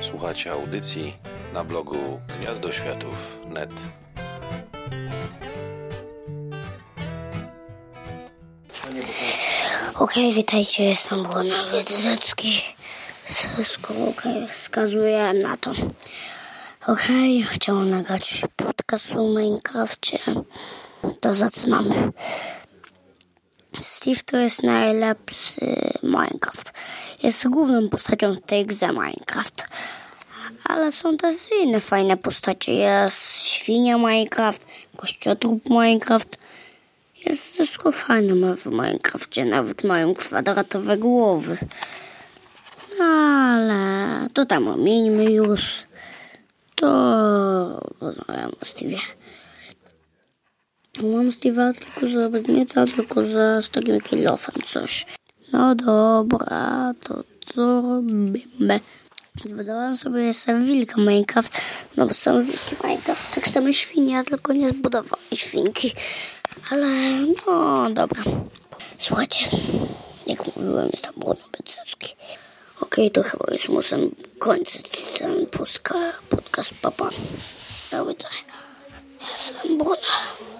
Słuchacie audycji na blogu gniazdoświatów.net. Okej, witajcie, jestem Bruno Wiedzycki. Wszystko wskazuje na to. Chciałem nagrać podcast o Minecrafcie. To zaczynamy. Steve to jest najlepszy Minecraft. Jest główną postacią w tej grze Minecraft. Ale są też inne fajne postacie. Jest świnia Minecraft, kościotrup Minecraft. Jest wszystko fajne w Minecrafcie. Nawet mają kwadratowe głowy. Ale to tam omińmy już. To rozmawiam o Steve'ie. Mam Steve'a tylko za bez mieca, tylko z takim kilofem coś. No dobra, to co robimy? Zbudowałem sobie jeszcze wilka Minecraft. No bo są wilki Minecraft, tak samo świnia, tylko nie zbudowałem świnki. Ale no dobra. Słuchajcie, jak mówiłem, jestem Bruno Wiedzycki. To chyba już muszę kończyć ten podcast. Papa. Do widzenia. Jestem Bruno.